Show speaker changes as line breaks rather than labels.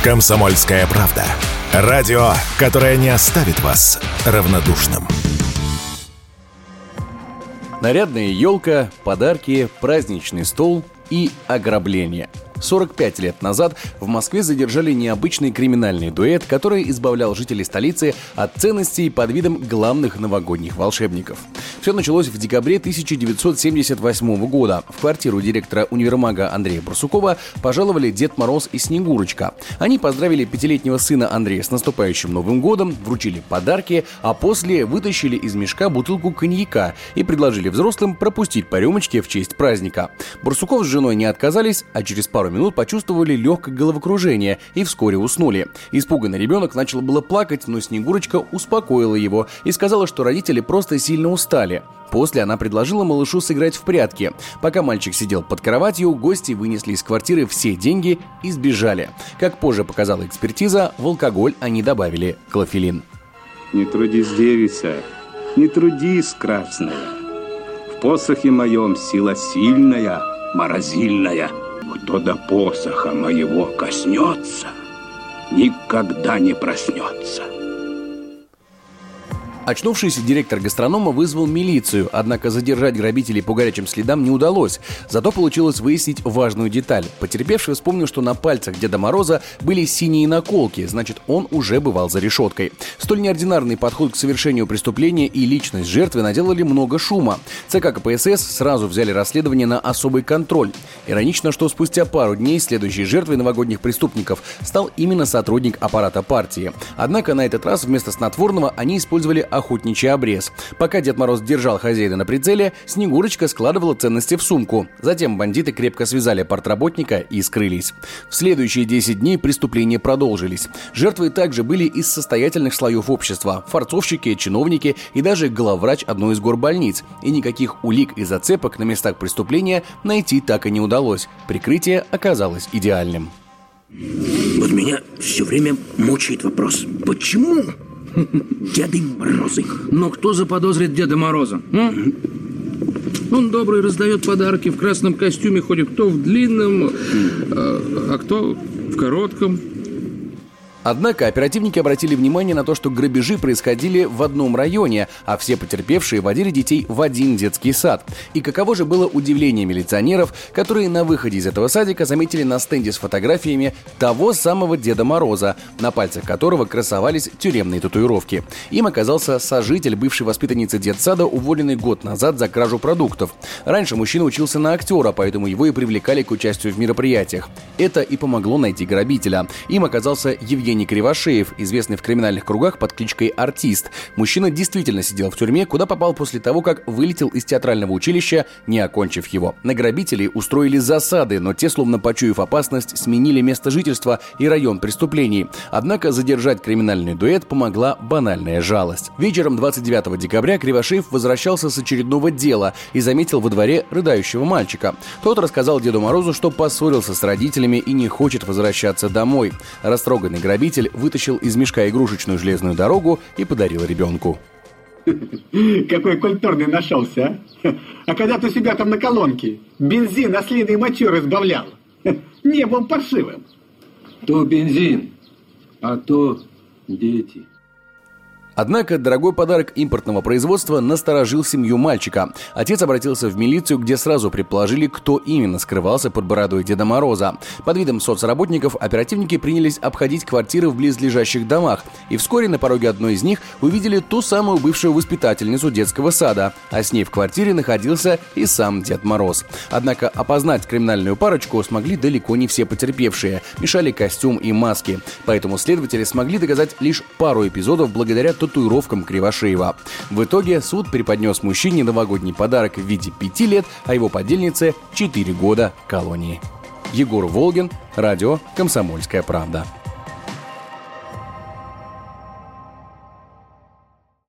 «Комсомольская правда». Радио, которое не оставит вас равнодушным.
Нарядная елка, подарки, праздничный стол и ограбление. 45 лет назад в Москве задержали необычный криминальный дуэт, который избавлял жителей столицы от ценностей под видом главных новогодних волшебников. Все началось в декабре 1978 года. В квартиру директора универмага Андрея Барсукова пожаловали Дед Мороз и Снегурочка. Они поздравили пятилетнего сына Андрея с наступающим Новым годом, вручили подарки, а после вытащили из мешка бутылку коньяка и предложили взрослым пропустить по рюмочке в честь праздника. Барсуков с женой не отказались, а через пару минут почувствовали легкое головокружение и вскоре уснули. Испуганный ребенок начал было плакать, но Снегурочка успокоила его и сказала, что родители просто сильно устали. После она предложила малышу сыграть в прятки. Пока мальчик сидел под кроватью, гости вынесли из квартиры все деньги и сбежали. Как позже показала экспертиза, в алкоголь они добавили клофелин.
Не трудись, девица, не трудись, красная. В посохе моем сила сильная, морозильная. Кто до посоха моего коснется, никогда не проснется.
Очнувшийся директор гастронома вызвал милицию, однако задержать грабителей по горячим следам не удалось. Зато получилось выяснить важную деталь. Потерпевший вспомнил, что на пальцах Деда Мороза были синие наколки, значит, он уже бывал за решеткой. Столь неординарный подход к совершению преступления и личность жертвы наделали много шума. ЦК КПСС сразу взяли расследование на особый контроль. Иронично, что спустя пару дней следующей жертвой новогодних преступников стал именно сотрудник аппарата партии. Однако на этот раз вместо снотворного они использовали охотничий обрез. Пока Дед Мороз держал хозяина на прицеле, Снегурочка складывала ценности в сумку. Затем бандиты крепко связали портработника и скрылись. В следующие 10 дней преступления продолжились. Жертвы также были из состоятельных слоев общества: форцовщики, чиновники и даже главврач одной из горбольниц. И никаких улик и зацепок на местах преступления найти так и не удалось. Прикрытие оказалось идеальным.
Вот меня все время мучает вопрос: почему Деды Морозы?
Но кто заподозрит Деда Мороза? Он добрый, раздает подарки, в красном костюме ходит, кто в длинном, а кто в коротком.
Однако оперативники обратили внимание на то, что грабежи происходили в одном районе, а все потерпевшие водили детей в один детский сад. И каково же было удивление милиционеров, которые на выходе из этого садика заметили на стенде с фотографиями того самого Деда Мороза, на пальцах которого красовались тюремные татуировки. Им оказался сожитель бывшей воспитанницы детсада, уволенный год назад за кражу продуктов. Раньше мужчина учился на актера, поэтому его и привлекали к участию в мероприятиях. Это и помогло найти грабителя. Им оказался Евгений Кривошеев, известный в криминальных кругах под кличкой Артист. Мужчина действительно сидел в тюрьме, куда попал после того, как вылетел из театрального училища, не окончив его. На грабителей устроили засады, но те, словно почуяв опасность, сменили место жительства и район преступлений. Однако задержать криминальный дуэт помогла банальная жалость. Вечером 29 декабря Кривошеев возвращался с очередного дела и заметил во дворе рыдающего мальчика. Тот рассказал Деду Морозу, что поссорился с родителями и не хочет возвращаться домой. Растроганный грабитель вытащил из мешка игрушечную железную дорогу и подарил ребенку.
Какой культурный нашелся, а? А когда ты себя там на колонке бензин ослиной мочой разбавлял, не был паршивым.
То бензин, а то дети.
Однако дорогой подарок импортного производства насторожил семью мальчика. Отец обратился в милицию, где сразу предположили, кто именно скрывался под бородой Деда Мороза. Под видом соцработников оперативники принялись обходить квартиры в близлежащих домах. И вскоре на пороге одной из них увидели ту самую бывшую воспитательницу детского сада. А с ней в квартире находился и сам Дед Мороз. Однако опознать криминальную парочку смогли далеко не все потерпевшие. Мешали костюм и маски. Поэтому следователи смогли доказать лишь пару эпизодов благодаря татуировкам Кривошеева. В итоге суд преподнес мужчине новогодний подарок в виде 5 лет, а его подельнице 4 года колонии. Егор Волгин, радио «Комсомольская правда».